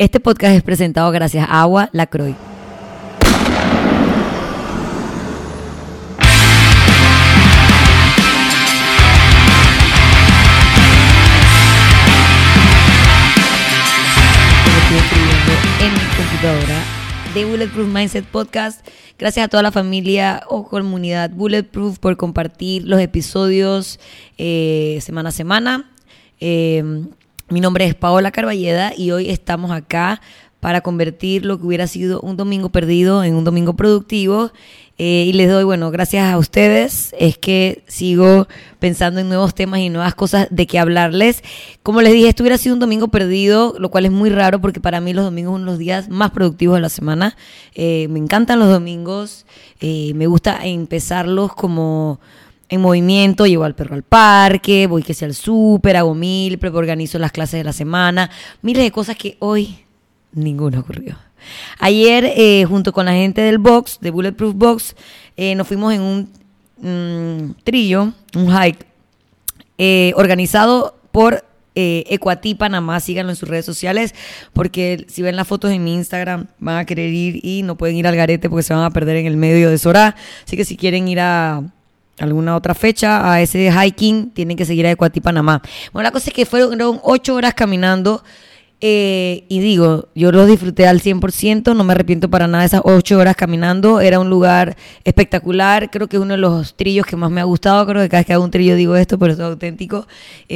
Este podcast es presentado gracias a Agua Lacroix. Estoy escribiendo en mi computadora de Bulletproof Mindset Podcast. Gracias a toda la familia o comunidad Bulletproof por compartir los episodios semana a semana. Mi nombre es Paola Carballeda y hoy estamos acá para convertir lo que hubiera sido un domingo perdido en un domingo productivo. Y les doy, gracias a ustedes, es que sigo pensando en nuevos temas y nuevas cosas de qué hablarles. Como les dije, esto hubiera sido un domingo perdido, lo cual es muy raro porque para mí los domingos son los días más productivos de la semana. Me encantan los domingos, me gusta empezarlos como en movimiento, llevo al perro al parque, voy que sea al súper, hago meal prep, organizo las clases de la semana, miles de cosas que hoy ninguno ocurrió. Ayer, junto con la gente del box, de Bulletproof Box, nos fuimos en un trillo, un hike, organizado por Ecuatí Panamá. Síganlo en sus redes sociales, porque si ven las fotos en mi Instagram van a querer ir y no pueden ir al garete porque se van a perder en el medio de Sorá. Así que si quieren ir a alguna otra fecha a ese hiking, tienen que seguir a Ecuatí Panamá. Bueno, la cosa es que fueron 8 horas caminando. Y digo, yo lo disfruté al 100%, no me arrepiento para nada de esas 8 horas caminando. Era un lugar espectacular, creo que es uno de los trillos que más me ha gustado. Creo que cada vez que hago un trillo digo esto, pero es auténtico.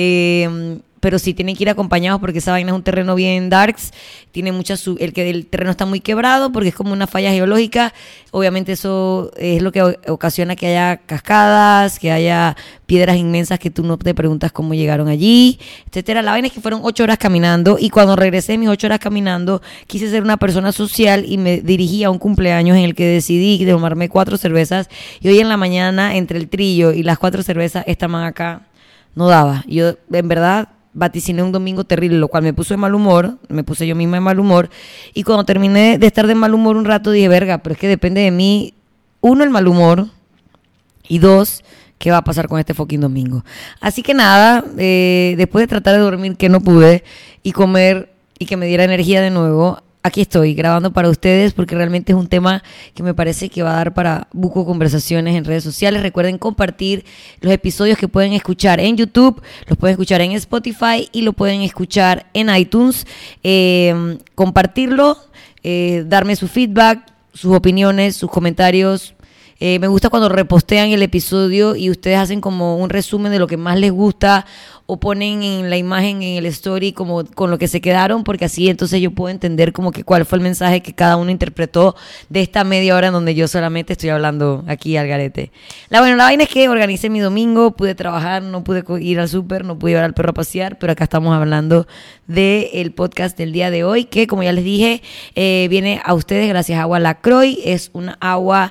Pero sí tienen que ir acompañados porque esa vaina es un terreno bien darks. Tiene el terreno está muy quebrado porque es como una falla geológica. Obviamente eso es lo que ocasiona que haya cascadas, que haya piedras inmensas que tú no te preguntas cómo llegaron allí, etcétera. La vaina es que fueron 8 horas caminando y cuando regresé de mis 8 horas caminando quise ser una persona social y me dirigí a un cumpleaños en el que decidí tomarme 4 cervezas y hoy en la mañana entre el trillo y las 4 cervezas esta man acá no daba. Yo en verdad vaticiné un domingo terrible, lo cual me puso de mal humor, me puse yo misma de mal humor, y cuando terminé de estar de mal humor un rato dije, verga, pero es que depende de mí, 1, el mal humor, y 2, ¿qué va a pasar con este fucking domingo? Así que nada, después de tratar de dormir que no pude, y comer, y que me diera energía de nuevo, aquí estoy grabando para ustedes porque realmente es un tema que me parece que va a dar para buco conversaciones en redes sociales. Recuerden compartir los episodios que pueden escuchar en YouTube, los pueden escuchar en Spotify y lo pueden escuchar en iTunes. Compartirlo, darme su feedback, sus opiniones, sus comentarios. Me gusta cuando repostean el episodio y ustedes hacen como un resumen de lo que más les gusta o ponen en la imagen en el story como con lo que se quedaron, porque así entonces yo puedo entender como que cuál fue el mensaje que cada uno interpretó de esta media hora en donde yo solamente estoy hablando aquí al garete. La vaina es que organicé mi domingo, pude trabajar, no pude ir al súper, no pude llevar al perro a pasear, pero acá estamos hablando del podcast del día de hoy, que como ya les dije, viene a ustedes gracias a Agua Lacroix. Es una agua,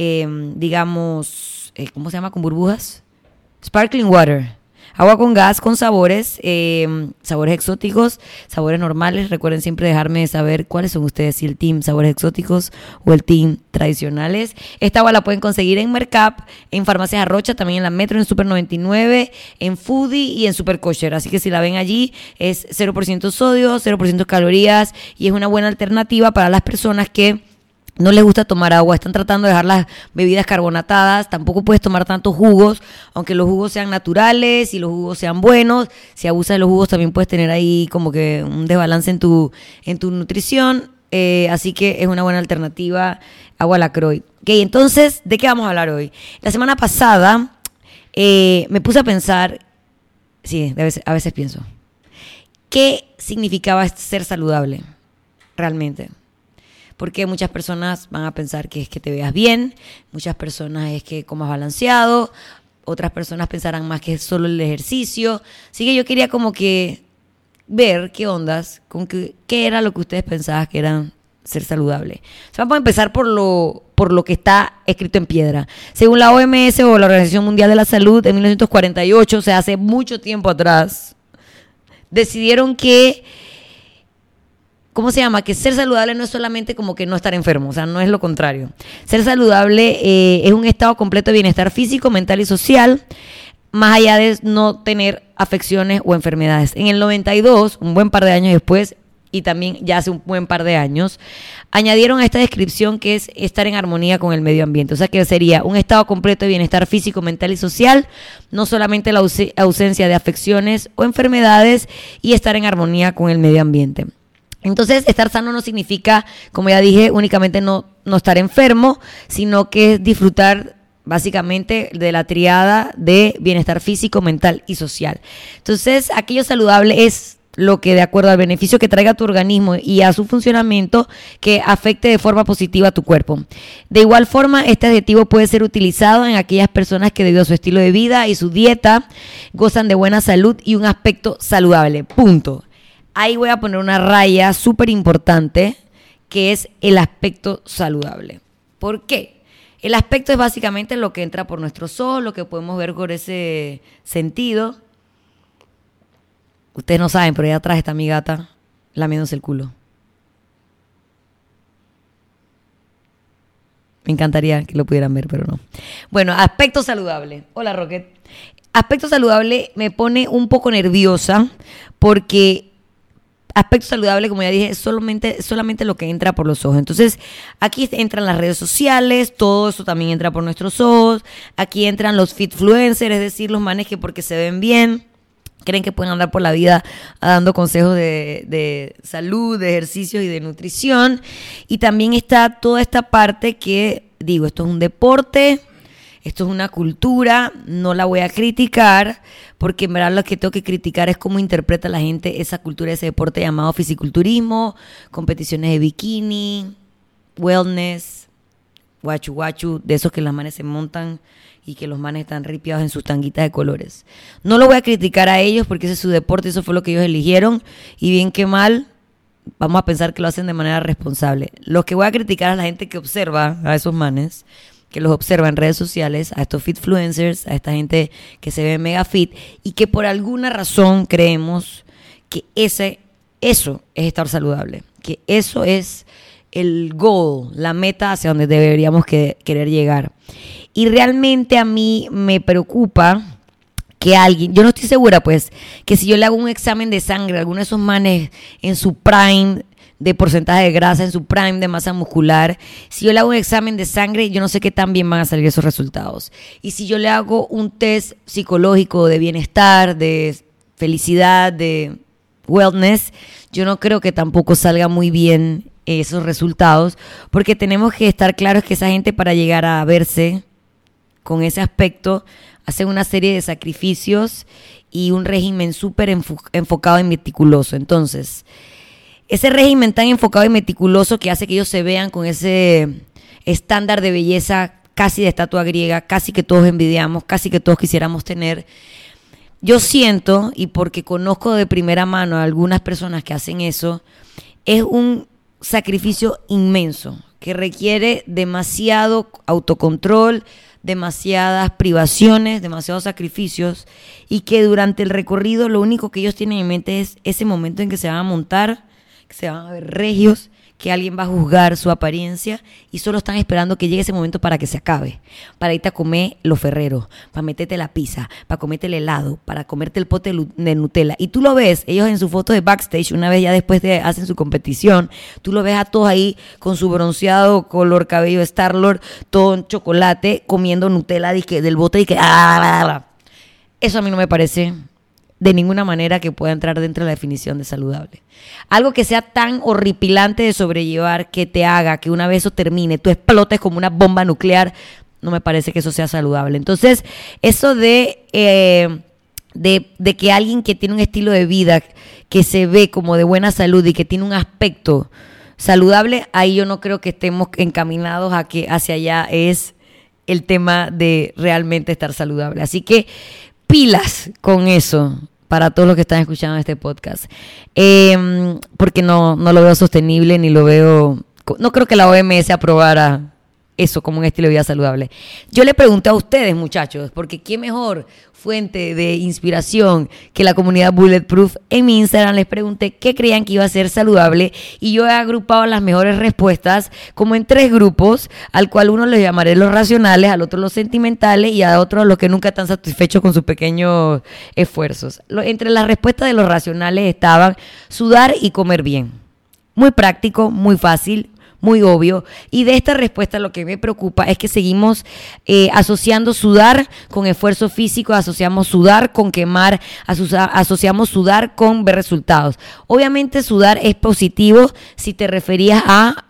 digamos, ¿cómo se llama? Con burbujas. Sparkling water. Agua con gas, con sabores, sabores exóticos, sabores normales. Recuerden siempre dejarme saber cuáles son ustedes, si el team sabores exóticos o el team tradicionales. Esta agua la pueden conseguir en Mercap, en Farmacias Arrocha, también en la Metro, en Super 99, en Foodie y en Super Kosher. Así que si la ven allí, es 0% sodio, 0% calorías y es una buena alternativa para las personas que no les gusta tomar agua, están tratando de dejar las bebidas carbonatadas. Tampoco puedes tomar tantos jugos, aunque los jugos sean naturales y los jugos sean buenos. Si abusas de los jugos también puedes tener ahí como que un desbalance en tu nutrición. Así que es una buena alternativa Agua Lacroix. Ok, entonces, ¿de qué vamos a hablar hoy? La semana pasada me puse a pensar, sí, a veces pienso, ¿qué significaba ser saludable realmente? Porque muchas personas van a pensar que es que te veas bien, muchas personas es que comas balanceado, otras personas pensarán más que es solo el ejercicio. Así que yo quería como que ver qué ondas, con qué era lo que ustedes pensaban que era ser saludable. O sea, vamos a empezar por lo que está escrito en piedra. Según la OMS o la Organización Mundial de la Salud, en 1948, o sea, hace mucho tiempo atrás, decidieron que ¿cómo se llama? Que ser saludable no es solamente como que no estar enfermo, o sea, no es lo contrario. Ser saludable es un estado completo de bienestar físico, mental y social, más allá de no tener afecciones o enfermedades. En el 92, un buen par de años después, y también ya hace un buen par de años, añadieron a esta descripción que es estar en armonía con el medio ambiente. O sea que sería un estado completo de bienestar físico, mental y social, no solamente la ausencia de afecciones o enfermedades, y estar en armonía con el medio ambiente. Entonces, estar sano no significa, como ya dije, únicamente no estar enfermo, sino que es disfrutar básicamente de la triada de bienestar físico, mental y social. Entonces, aquello saludable es lo que, de acuerdo al beneficio que traiga a tu organismo y a su funcionamiento, que afecte de forma positiva a tu cuerpo. De igual forma, este adjetivo puede ser utilizado en aquellas personas que, debido a su estilo de vida y su dieta, gozan de buena salud y un aspecto saludable. Punto. Ahí voy a poner una raya súper importante, que es el aspecto saludable. ¿Por qué? El aspecto es básicamente lo que entra por nuestros ojos, lo que podemos ver con ese sentido. Ustedes no saben, pero allá atrás está mi gata lamiéndose el culo. Me encantaría que lo pudieran ver, pero no. Bueno, aspecto saludable. Hola, Rocket. Aspecto saludable me pone un poco nerviosa porque aspecto saludable, como ya dije, es solamente lo que entra por los ojos. Entonces, aquí entran las redes sociales, todo eso también entra por nuestros ojos. Aquí entran los fitfluencers, es decir, los manes que porque se ven bien creen que pueden andar por la vida dando consejos de salud, de ejercicios y de nutrición. Y también está toda esta parte que, digo, esto es un deporte, esto es una cultura, no la voy a criticar, porque en verdad lo que tengo que criticar es cómo interpreta la gente esa cultura, ese deporte llamado fisiculturismo, competiciones de bikini, wellness, guachu guachu, de esos que las manes se montan y que los manes están ripiados en sus tanguitas de colores. No lo voy a criticar a ellos porque ese es su deporte, eso fue lo que ellos eligieron, y bien que mal, vamos a pensar que lo hacen de manera responsable. Lo que voy a criticar es la gente que observa a esos manes, que los observa en redes sociales, a estos fitfluencers, a esta gente que se ve mega fit y que por alguna razón creemos que eso es estar saludable, que eso es el goal, la meta hacia donde deberíamos querer llegar. Y realmente a mí me preocupa que alguien, yo no estoy segura pues, que si yo le hago un examen de sangre a alguno de esos manes en su prime de porcentaje de grasa, en su prime de masa muscular, si yo le hago un examen de sangre, yo no sé qué tan bien van a salir esos resultados. Y si yo le hago un test psicológico de bienestar, de felicidad, de wellness, yo no creo que tampoco salga muy bien esos resultados, porque tenemos que estar claros que esa gente, para llegar a verse con ese aspecto, hace una serie de sacrificios y un régimen súper enfocado y meticuloso. Entonces, ese régimen tan enfocado y meticuloso que hace que ellos se vean con ese estándar de belleza casi de estatua griega, casi que todos envidiamos, casi que todos quisiéramos tener. Yo siento, y porque conozco de primera mano a algunas personas que hacen eso, es un sacrificio inmenso que requiere demasiado autocontrol, demasiadas privaciones, demasiados sacrificios, y que durante el recorrido lo único que ellos tienen en mente es ese momento en que se van a montar, que se van a ver regios, que alguien va a juzgar su apariencia, y solo están esperando que llegue ese momento para que se acabe, para irte a comer los Ferreros, para meterte la pizza, para comerte el helado, para comerte el pote de Nutella. Y tú lo ves, ellos en su foto de backstage, una vez ya después de hacen su competición, tú lo ves a todos ahí con su bronceado color cabello de Star-Lord, todo en chocolate, comiendo Nutella del bote y que... Eso a mí no me parece de ninguna manera que pueda entrar dentro de la definición de saludable. Algo que sea tan horripilante de sobrellevar, que te haga que una vez eso termine, tú explotes como una bomba nuclear, no me parece que eso sea saludable. Entonces, eso de que alguien que tiene un estilo de vida que se ve como de buena salud y que tiene un aspecto saludable, ahí yo no creo que estemos encaminados a que hacia allá es el tema de realmente estar saludable. Así que pilas con eso para todos los que están escuchando este podcast, porque no lo veo sostenible, ni lo veo, no creo que la OMS aprobara eso como un estilo de vida saludable. Yo le pregunté a ustedes, muchachos, porque qué mejor fuente de inspiración que la comunidad Bulletproof. En mi Instagram les pregunté qué creían que iba a ser saludable, y yo he agrupado las mejores respuestas como en 3 grupos, al cual uno les llamaré los racionales, al otro los sentimentales y a otros los que nunca están satisfechos con sus pequeños esfuerzos. Entre las respuestas de los racionales estaban sudar y comer bien. Muy práctico, muy fácil, muy obvio. Y de esta respuesta lo que me preocupa es que seguimos asociando sudar con esfuerzo físico, asociamos sudar con quemar, asociamos sudar con ver resultados. Obviamente sudar es positivo si te referías a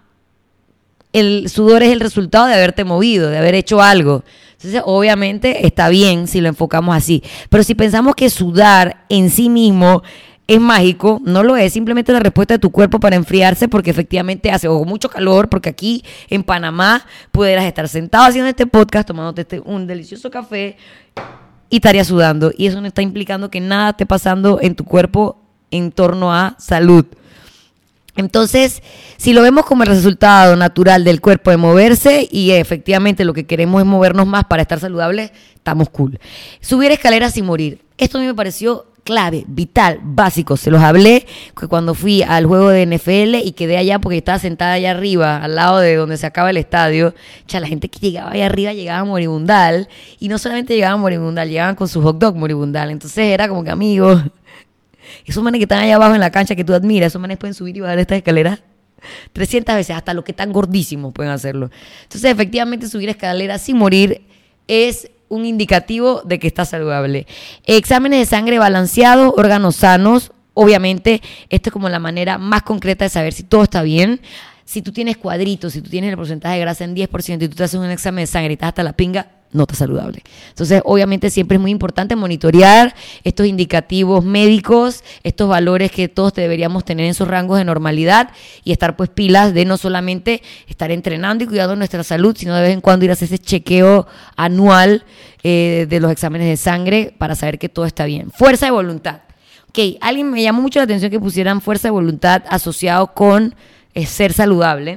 el sudor es el resultado de haberte movido, de haber hecho algo. Entonces, obviamente está bien si lo enfocamos así. Pero si pensamos que sudar en sí mismo es mágico, no lo es, simplemente la respuesta de tu cuerpo para enfriarse, porque efectivamente hace mucho calor, porque aquí en Panamá pudieras estar sentado haciendo este podcast, tomándote un delicioso café y estarías sudando. Y eso no está implicando que nada esté pasando en tu cuerpo en torno a salud. Entonces, si lo vemos como el resultado natural del cuerpo de moverse y efectivamente lo que queremos es movernos más para estar saludables, estamos cool. Subir escaleras sin morir. Esto a mí me pareció clave, vital, básico. Se los hablé cuando fui al juego de NFL y quedé allá porque estaba sentada allá arriba, al lado de donde se acaba el estadio. La gente que llegaba allá arriba llegaba moribundal, y no solamente llegaban moribundal, llegaban con su hot dog moribundal. Entonces era como que, amigos, esos manes que están allá abajo en la cancha que tú admiras, esos manes pueden subir y bajar estas escaleras 300 veces, hasta los que están gordísimos pueden hacerlo. Entonces, efectivamente, subir escaleras sin morir es un indicativo de que está saludable. Exámenes de sangre balanceados, órganos sanos. Obviamente, esto es como la manera más concreta de saber si todo está bien. Si tú tienes cuadritos, si tú tienes el porcentaje de grasa en 10% y tú te haces un examen de sangre y estás hasta la pinga, no está saludable. Entonces, obviamente, siempre es muy importante monitorear estos indicativos médicos, estos valores que todos deberíamos tener en sus rangos de normalidad, y estar pues pilas de no solamente estar entrenando y cuidando nuestra salud, sino de vez en cuando ir a hacer ese chequeo anual de los exámenes de sangre para saber que todo está bien. Fuerza de voluntad. Ok, alguien me llamó mucho la atención que pusieran fuerza de voluntad asociado con ser saludable.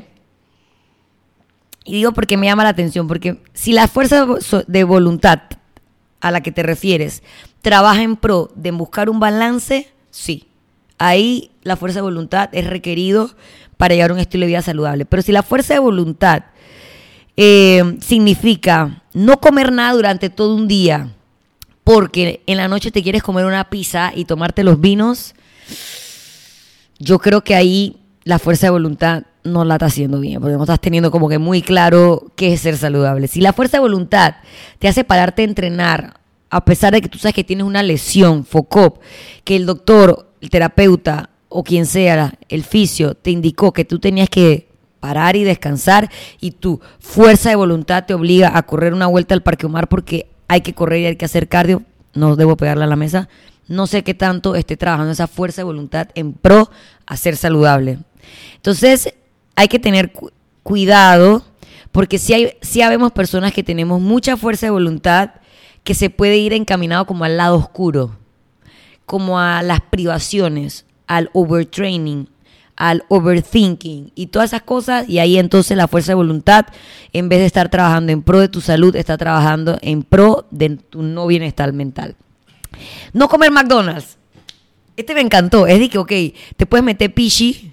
Y digo porque me llama la atención, porque si la fuerza de voluntad a la que te refieres trabaja en pro de buscar un balance, sí. Ahí la fuerza de voluntad es requerido para llevar un estilo de vida saludable. Pero si la fuerza de voluntad significa no comer nada durante todo un día, porque en la noche te quieres comer una pizza y tomarte los vinos, yo creo que ahí la fuerza de voluntad no la está haciendo bien, porque no estás teniendo como que muy claro qué es ser saludable. Si la fuerza de voluntad te hace pararte a entrenar, a pesar de que tú sabes que tienes una lesión, FOCOP, que el doctor, el terapeuta o quien sea, el fisio, te indicó que tú tenías que parar y descansar, y tu fuerza de voluntad te obliga a correr una vuelta al Parque Omar porque hay que correr y hay que hacer cardio, no debo pegarle a la mesa. No sé qué tanto esté trabajando esa fuerza de voluntad en pro a ser saludable. Entonces, hay que tener cuidado, porque sí habemos personas que tenemos mucha fuerza de voluntad que se puede ir encaminado como al lado oscuro, como a las privaciones, al overtraining, al overthinking y todas esas cosas. Y ahí entonces la fuerza de voluntad, en vez de estar trabajando en pro de tu salud, está trabajando en pro de tu no bienestar mental. No comer McDonald's. Este me encantó. Es de que, ok, te puedes meter pichi,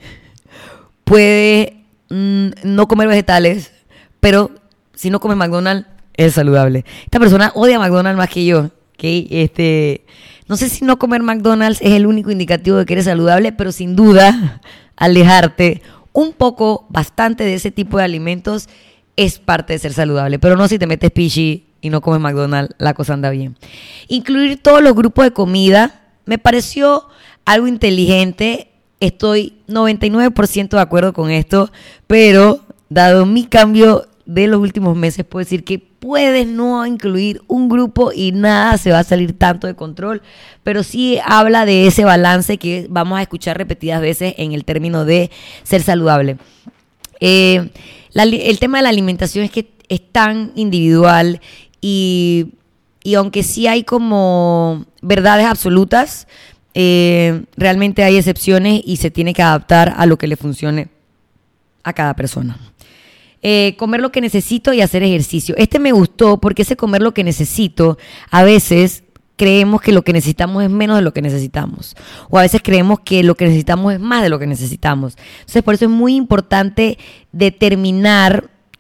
puedes no comer vegetales, pero si no comes McDonald's, es saludable. Esta persona odia McDonald's más que yo. ¿Okay? No sé si no comer McDonald's es el único indicativo de que eres saludable, pero sin duda, alejarte un poco, bastante de ese tipo de alimentos es parte de ser saludable. Pero no si te metes pichi y no comes McDonald's, la cosa anda bien. Incluir todos los grupos de comida me pareció algo inteligente. Estoy 99% de acuerdo con esto, pero dado mi cambio de los últimos meses, puedo decir que puedes no incluir un grupo y nada se va a salir tanto de control, pero sí habla de ese balance que vamos a escuchar repetidas veces en el término de ser saludable. El tema de la alimentación es que es tan individual y aunque sí hay como verdades absolutas, realmente hay excepciones y se tiene que adaptar a lo que le funcione a cada persona. Comer lo que necesito y hacer ejercicio. Este me gustó porque ese comer lo que necesito, a veces creemos que lo que necesitamos es menos de lo que necesitamos, o a veces creemos que lo que necesitamos es más de lo que necesitamos. Entonces, por eso es muy importante determinar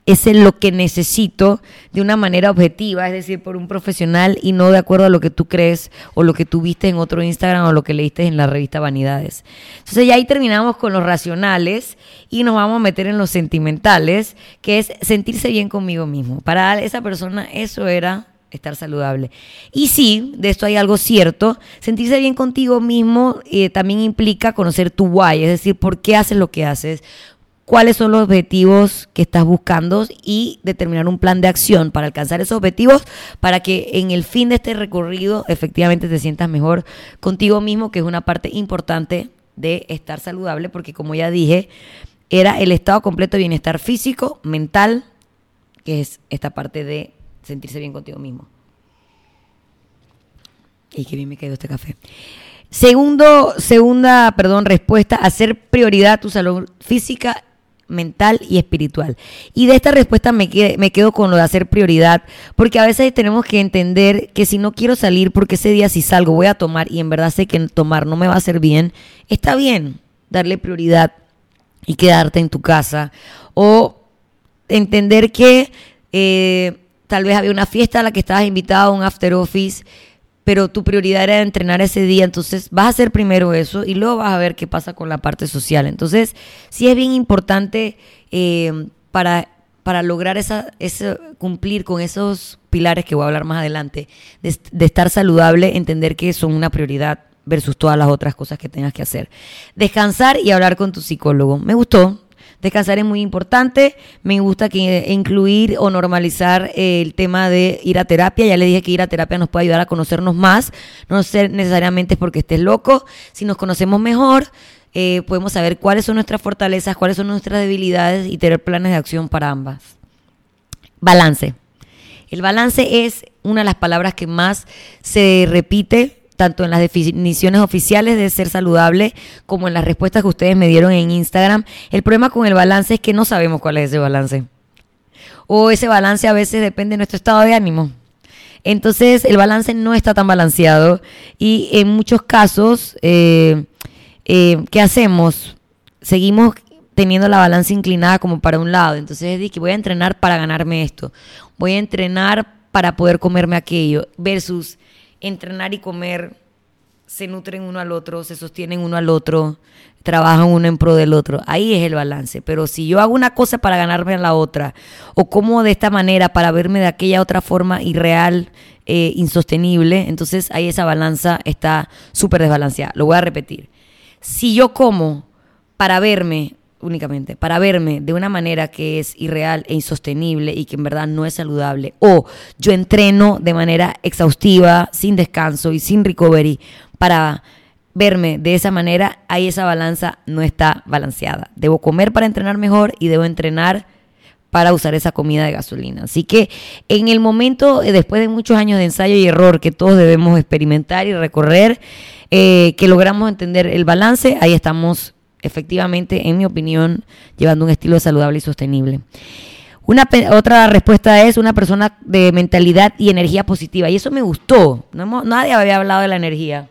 es lo que necesito de una manera objetiva, es decir, por un profesional y no de acuerdo a lo que tú crees o lo que tú viste en otro Instagram o lo que leíste en la revista Vanidades. Entonces ya ahí terminamos con los racionales y nos vamos a meter en los sentimentales, que es sentirse bien conmigo mismo. Para esa persona eso era estar saludable. Y sí, de esto hay algo cierto, sentirse bien contigo mismo también implica conocer tu why, es decir, por qué haces lo que haces, cuáles son los objetivos que estás buscando y determinar un plan de acción para alcanzar esos objetivos para que en el fin de este recorrido efectivamente te sientas mejor contigo mismo, que es una parte importante de estar saludable, porque como ya dije, era el estado completo de bienestar físico, mental, que es esta parte de sentirse bien contigo mismo. Y qué bien me quedó este café. Segunda respuesta, hacer prioridad tu salud física, mental y espiritual. Y de esta respuesta me quedo con lo de hacer prioridad, porque a veces tenemos que entender que si no quiero salir porque ese día si salgo voy a tomar y en verdad sé que tomar no me va a hacer bien, está bien darle prioridad y quedarte en tu casa, o entender que tal vez había una fiesta a la que estabas invitado, un after office, pero tu prioridad era entrenar ese día, entonces vas a hacer primero eso y luego vas a ver qué pasa con la parte social. Entonces, sí es bien importante para lograr cumplir con esos pilares que voy a hablar más adelante, de estar saludable, entender que son una prioridad versus todas las otras cosas que tengas que hacer. Descansar y hablar con tu psicólogo. Me gustó. Descansar es muy importante. Me gusta incluir o normalizar el tema de ir a terapia. Ya le dije que ir a terapia nos puede ayudar a conocernos más. No necesariamente es porque estés loco. Si nos conocemos mejor, podemos saber cuáles son nuestras fortalezas, cuáles son nuestras debilidades y tener planes de acción para ambas. Balance. El balance es una de las palabras que más se repite tanto en las definiciones oficiales de ser saludable como en las respuestas que ustedes me dieron en Instagram. El problema con el balance es que no sabemos cuál es ese balance. O ese balance a veces depende de nuestro estado de ánimo. Entonces el balance no está tan balanceado y en muchos casos, ¿qué hacemos? Seguimos teniendo la balanza inclinada como para un lado. Entonces es que voy a entrenar para ganarme esto. Voy a entrenar para poder comerme aquello versus entrenar y comer se nutren uno al otro, se sostienen uno al otro, trabajan uno en pro del otro. Ahí es el balance. Pero si yo hago una cosa para ganarme a la otra, o como de esta manera para verme de aquella otra forma irreal, insostenible, entonces ahí esa balanza está súper desbalanceada. Lo voy a repetir. Si yo como para verme únicamente, para verme de una manera que es irreal e insostenible y que en verdad no es saludable, o yo entreno de manera exhaustiva, sin descanso y sin recovery para verme de esa manera, ahí esa balanza no está balanceada. Debo comer para entrenar mejor y debo entrenar para usar esa comida de gasolina. Así que en el momento, después de muchos años de ensayo y error que todos debemos experimentar y recorrer, que logramos entender el balance, ahí estamos efectivamente, en mi opinión, llevando un estilo saludable y sostenible. Otra respuesta es una persona de mentalidad y energía positiva. Y eso me gustó. Nadie había hablado de la energía.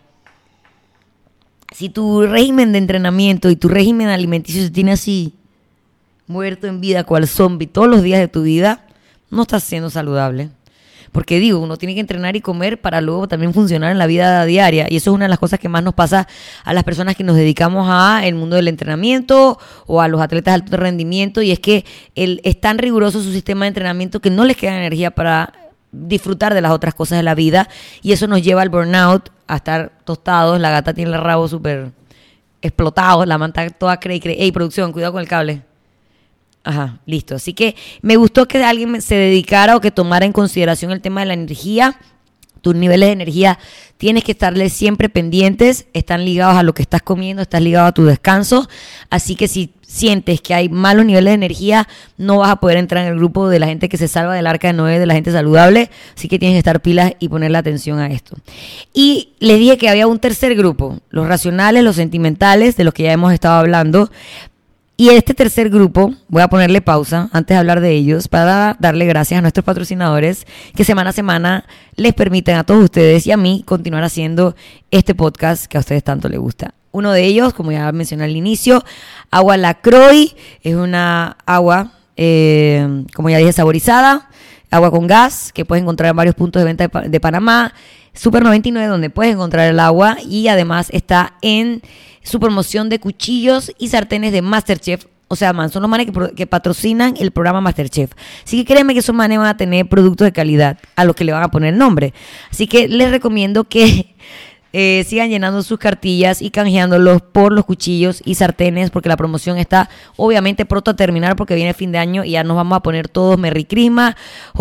Si tu régimen de entrenamiento y tu régimen alimenticio se tiene así, muerto en vida, cual zombie, todos los días de tu vida, no estás siendo saludable. Porque digo, uno tiene que entrenar y comer para luego también funcionar en la vida diaria. Y eso es una de las cosas que más nos pasa a las personas que nos dedicamos al mundo del entrenamiento o a los atletas de alto rendimiento. Y es que es tan riguroso su sistema de entrenamiento que no les queda energía para disfrutar de las otras cosas de la vida. Y eso nos lleva al burnout, a estar tostados. La gata tiene el rabo súper explotado, la manta toda cree. ¡Ey, producción, cuidado con el cable! Ajá, listo. Así que me gustó que alguien se dedicara o que tomara en consideración el tema de la energía. Tus niveles de energía tienes que estarles siempre pendientes, están ligados a lo que estás comiendo, estás ligado a tu descanso. Así que si sientes que hay malos niveles de energía, no vas a poder entrar en el grupo de la gente que se salva del arca de Noé, de la gente saludable. Así que tienes que estar pilas y ponerle atención a esto. Y les dije que había un tercer grupo, los racionales, los sentimentales, de los que ya hemos estado hablando. Y este tercer grupo, voy a ponerle pausa antes de hablar de ellos para darle gracias a nuestros patrocinadores que semana a semana les permiten a todos ustedes y a mí continuar haciendo este podcast que a ustedes tanto les gusta. Uno de ellos, como ya mencioné al inicio, Agua La Croix, es una agua como ya dije, saborizada, agua con gas, que puedes encontrar en varios puntos de venta de Panamá, Super 99, donde puedes encontrar el agua, y además está en su promoción de cuchillos y sartenes de MasterChef. O sea, man, son los manes que patrocinan el programa MasterChef. Así que créeme que esos manes van a tener productos de calidad a los que le van a poner nombre. Así que les recomiendo que sigan llenando sus cartillas y canjeándolos por los cuchillos y sartenes, porque la promoción está obviamente pronto a terminar, porque viene fin de año y ya nos vamos a poner todos Merry Christmas,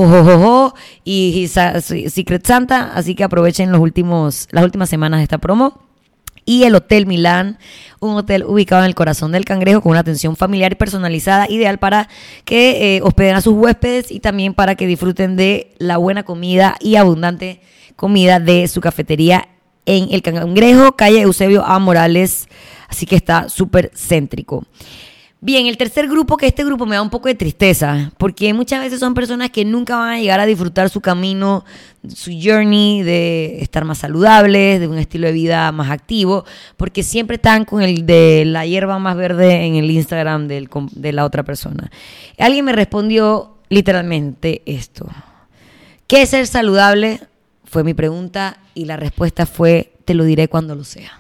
y Secret Santa. Así que aprovechen las últimas semanas de esta promo. Y el Hotel Milán, un hotel ubicado en el corazón del Cangrejo con una atención familiar y personalizada, ideal para que hospeden a sus huéspedes y también para que disfruten de la buena comida y abundante comida de su cafetería en el Cangrejo, calle Eusebio A. Morales. Así que está súper céntrico. Bien, el tercer grupo, que este grupo me da un poco de tristeza, porque muchas veces son personas que nunca van a llegar a disfrutar su camino, su journey de estar más saludables, de un estilo de vida más activo, porque siempre están con el de la hierba más verde en el Instagram de la otra persona. Alguien me respondió literalmente esto: ¿qué es ser saludable? Fue mi pregunta, y la respuesta fue: te lo diré cuando lo sea.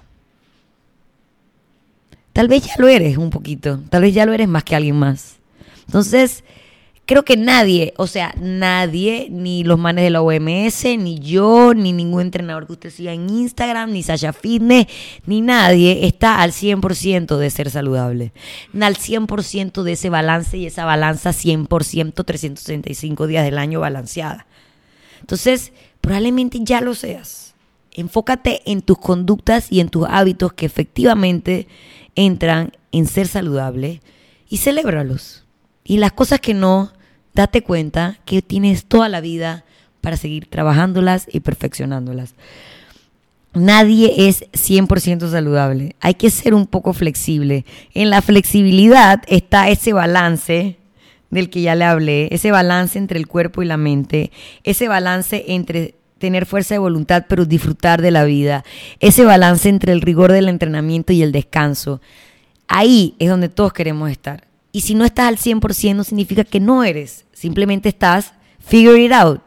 Tal vez ya lo eres un poquito, tal vez ya lo eres más que alguien más. Entonces, creo que nadie, ni los manes de la OMS, ni yo, ni ningún entrenador que usted siga en Instagram, ni Sasha Fitness, ni nadie está al 100% de ser saludable, al 100% de ese balance, y esa balanza 100%, 365 días del año balanceada. Entonces, probablemente ya lo seas. Enfócate en tus conductas y en tus hábitos que efectivamente entran en ser saludable, y celébralos. Y las cosas que no, date cuenta que tienes toda la vida para seguir trabajándolas y perfeccionándolas. Nadie es 100% saludable. Hay que ser un poco flexible. En la flexibilidad está ese balance del que ya le hablé, ese balance entre el cuerpo y la mente, ese balance entre tener fuerza de voluntad pero disfrutar de la vida, ese balance entre el rigor del entrenamiento y el descanso. Ahí es donde todos queremos estar. Y si no estás al 100%, no significa que no eres, simplemente estás figuring out.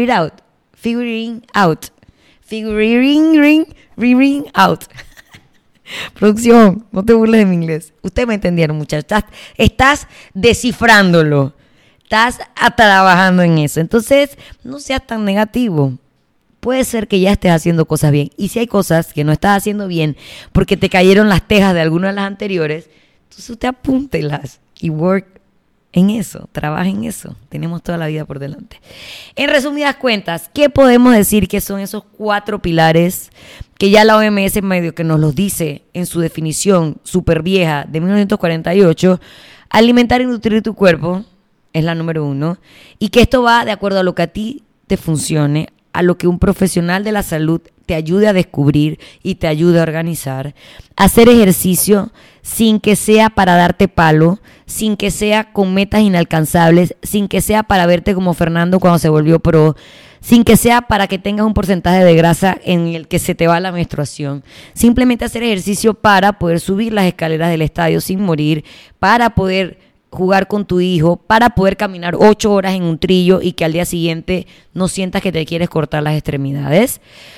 Producción, no te burles de mi inglés. Ustedes me entendieron, muchachos. Estás descifrándolo, estás trabajando en eso. Entonces, no seas tan negativo. Puede ser que ya estés haciendo cosas bien. Y si hay cosas que no estás haciendo bien porque te cayeron las tejas de alguna de las anteriores, entonces usted apúntelas y work en eso, trabaja en eso. Tenemos toda la vida por delante. En resumidas cuentas, ¿qué podemos decir que son esos 4 pilares que ya la OMS medio que nos los dice en su definición súper vieja de 1948? Alimentar y nutrir tu cuerpo es la número 1. Y que esto va de acuerdo a lo que a ti te funcione, a lo que un profesional de la salud te ayude a descubrir y te ayude a organizar. Hacer ejercicio sin que sea para darte palo, sin que sea con metas inalcanzables, sin que sea para verte como Fernando cuando se volvió pro, sin que sea para que tengas un porcentaje de grasa en el que se te va la menstruación. Simplemente hacer ejercicio para poder subir las escaleras del estadio sin morir, para poder jugar con tu hijo, para poder caminar 8 horas en un trillo y que al día siguiente no sientas que te quieres cortar las extremidades.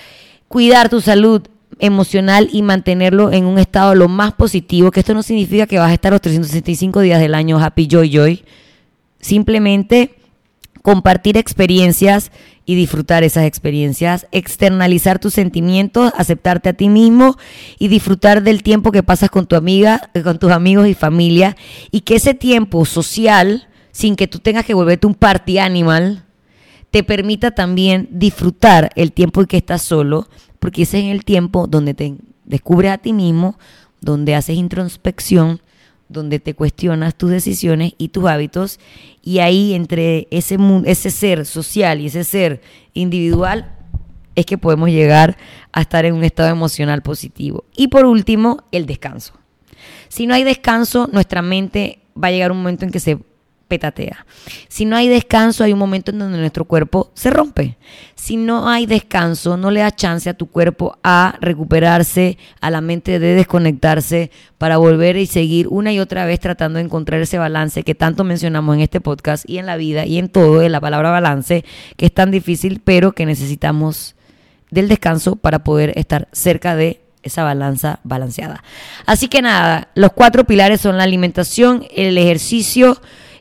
Cuidar tu salud emocional y mantenerlo en un estado lo más positivo, que esto no significa que vas a estar los 365 días del año happy, joy. Simplemente compartir experiencias y disfrutar esas experiencias, externalizar tus sentimientos, aceptarte a ti mismo y disfrutar del tiempo que pasas con tu amiga, con tus amigos y familia, y que ese tiempo social, sin que tú tengas que volverte un party animal, te permita también disfrutar el tiempo en que estás solo, porque ese es el tiempo donde te descubres a ti mismo, donde haces introspección, donde te cuestionas tus decisiones y tus hábitos, y ahí entre ese ser social y ese ser individual es que podemos llegar a estar en un estado emocional positivo. Y por último, el descanso. Si no hay descanso, nuestra mente va a llegar un momento en que se petatea. Si no hay descanso, hay un momento en donde nuestro cuerpo se rompe. Si no hay descanso, no le da chance a tu cuerpo a recuperarse, a la mente de desconectarse para volver y seguir una y otra vez tratando de encontrar ese balance que tanto mencionamos en este podcast y en la vida y en todo, en la palabra balance, que es tan difícil, pero que necesitamos del descanso para poder estar cerca de esa balanza balanceada. Así que nada, los 4 pilares son la alimentación, el ejercicio,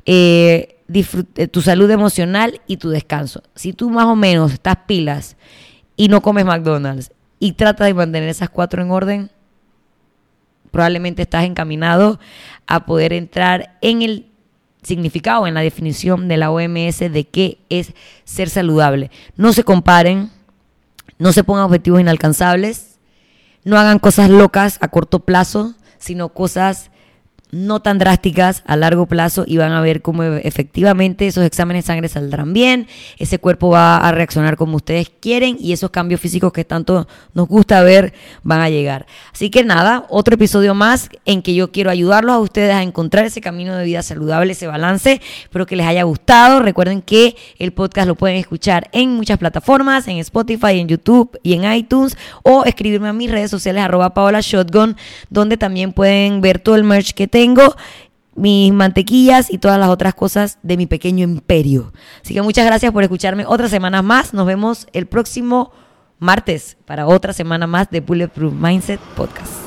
tu salud emocional y tu descanso. Si tú más o menos estás pilas y no comes McDonald's y tratas de mantener esas 4 en orden, probablemente estás encaminado a poder entrar en el significado, en la definición de la OMS de qué es ser saludable. No se comparen, no se pongan objetivos inalcanzables, no hagan cosas locas a corto plazo, sino cosas no tan drásticas a largo plazo y van a ver cómo efectivamente esos exámenes de sangre saldrán bien, ese cuerpo va a reaccionar como ustedes quieren y esos cambios físicos que tanto nos gusta ver van a llegar. Así que nada, otro episodio más en que yo quiero ayudarlos a ustedes a encontrar ese camino de vida saludable, ese balance. Espero que les haya gustado. Recuerden que el podcast lo pueden escuchar en muchas plataformas, en Spotify, en YouTube y en iTunes, o escribirme a mis redes sociales @PaolaShotgun, donde también pueden ver todo el merch que tengo, mis mantequillas y todas las otras cosas de mi pequeño imperio. Así que muchas gracias por escucharme otra semana más. Nos vemos el próximo martes para otra semana más de Bulletproof Mindset Podcast.